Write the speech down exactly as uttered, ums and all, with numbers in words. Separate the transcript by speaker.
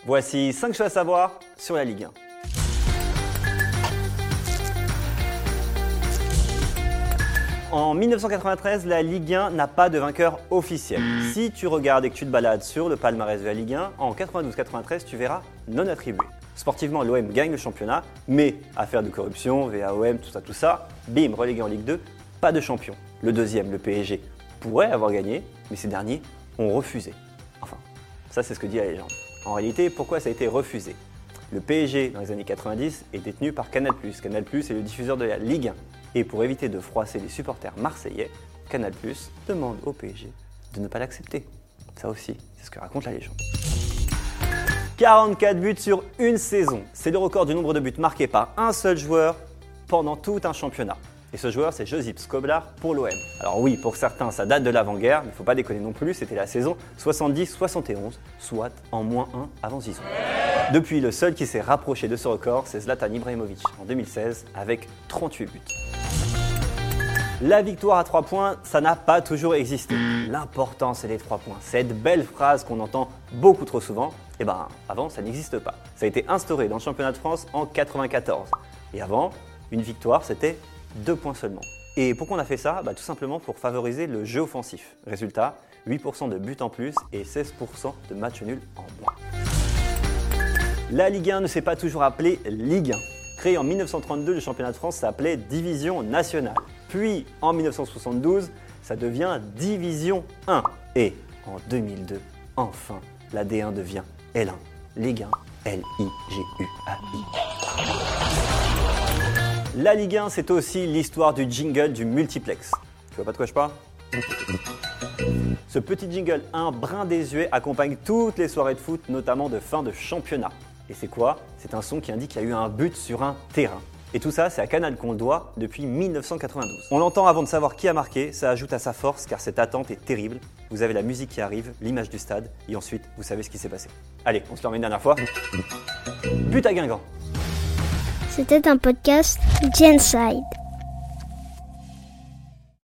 Speaker 1: Voici cinq choses à savoir sur la Ligue un. En mille neuf cent quatre-vingt-treize, la Ligue un n'a pas de vainqueur officiel. Si tu regardes et que tu te balades sur le palmarès de la Ligue un, en quatre-vingt-douze quatre-vingt-treize, tu verras non attribué. Sportivement, l'O M gagne le championnat, mais affaire de corruption, V A O M, tout ça, tout ça, bim, relégué en Ligue deux, pas de champion. Le deuxième, le P S G, pourrait avoir gagné, mais ces derniers ont refusé. Enfin, ça c'est ce que dit la légende. En réalité, pourquoi ça a été refusé ? Le P S G, dans les années quatre-vingt-dix, est détenu par Canal plus. Canal plus est le diffuseur de la Ligue un. Et pour éviter de froisser les supporters marseillais, Canal plus demande au P S G de ne pas l'accepter. Ça aussi, c'est ce que raconte la légende. quarante-quatre buts sur une saison. C'est le record du nombre de buts marqués par un seul joueur pendant tout un championnat. Et ce joueur, c'est Josip Skoblar pour l'O M. Alors oui, pour certains, ça date de l'avant-guerre, mais il ne faut pas déconner non plus, c'était la saison soixante-dix soixante-et-onze, soit en moins un avant Zizou. Depuis, le seul qui s'est rapproché de ce record, c'est Zlatan Ibrahimovic en deux mille seize avec trente-huit buts. La victoire à trois points, ça n'a pas toujours existé. L'important, c'est les trois points. Cette belle phrase qu'on entend beaucoup trop souvent, eh ben, avant, ça n'existe pas. Ça a été instauré dans le championnat de France en quatre-vingt-quatorze. Et avant, une victoire, c'était deux points seulement. Et pourquoi on a fait ça ? Bah, tout simplement pour favoriser le jeu offensif. Résultat, huit pour cent de buts en plus et seize pour cent de matchs nuls en moins. La Ligue un ne s'est pas toujours appelée Ligue un. Créé en mille neuf cent trente-deux, le championnat de France s'appelait Division nationale. Puis, en mille neuf cent soixante-douze, ça devient Division un. Et en deux mille deux, enfin, la D un devient L un. Ligue un, L I G U A I. La Ligue un, c'est aussi l'histoire du jingle du multiplex. Tu vois pas de quoi je parle ? Ce petit jingle, un brin désuet, accompagne toutes les soirées de foot, notamment de fin de championnat. Et c'est quoi ? C'est un son qui indique qu'il y a eu un but sur un terrain. Et tout ça, c'est à Canal qu'on le doit depuis mille neuf cent quatre-vingt-douze. On l'entend avant de savoir qui a marqué, ça ajoute à sa force car cette attente est terrible. Vous avez la musique qui arrive, l'image du stade, et ensuite, vous savez ce qui s'est passé. Allez, on se le remet une dernière fois. But à Guingamp.
Speaker 2: C'était un podcast Genside.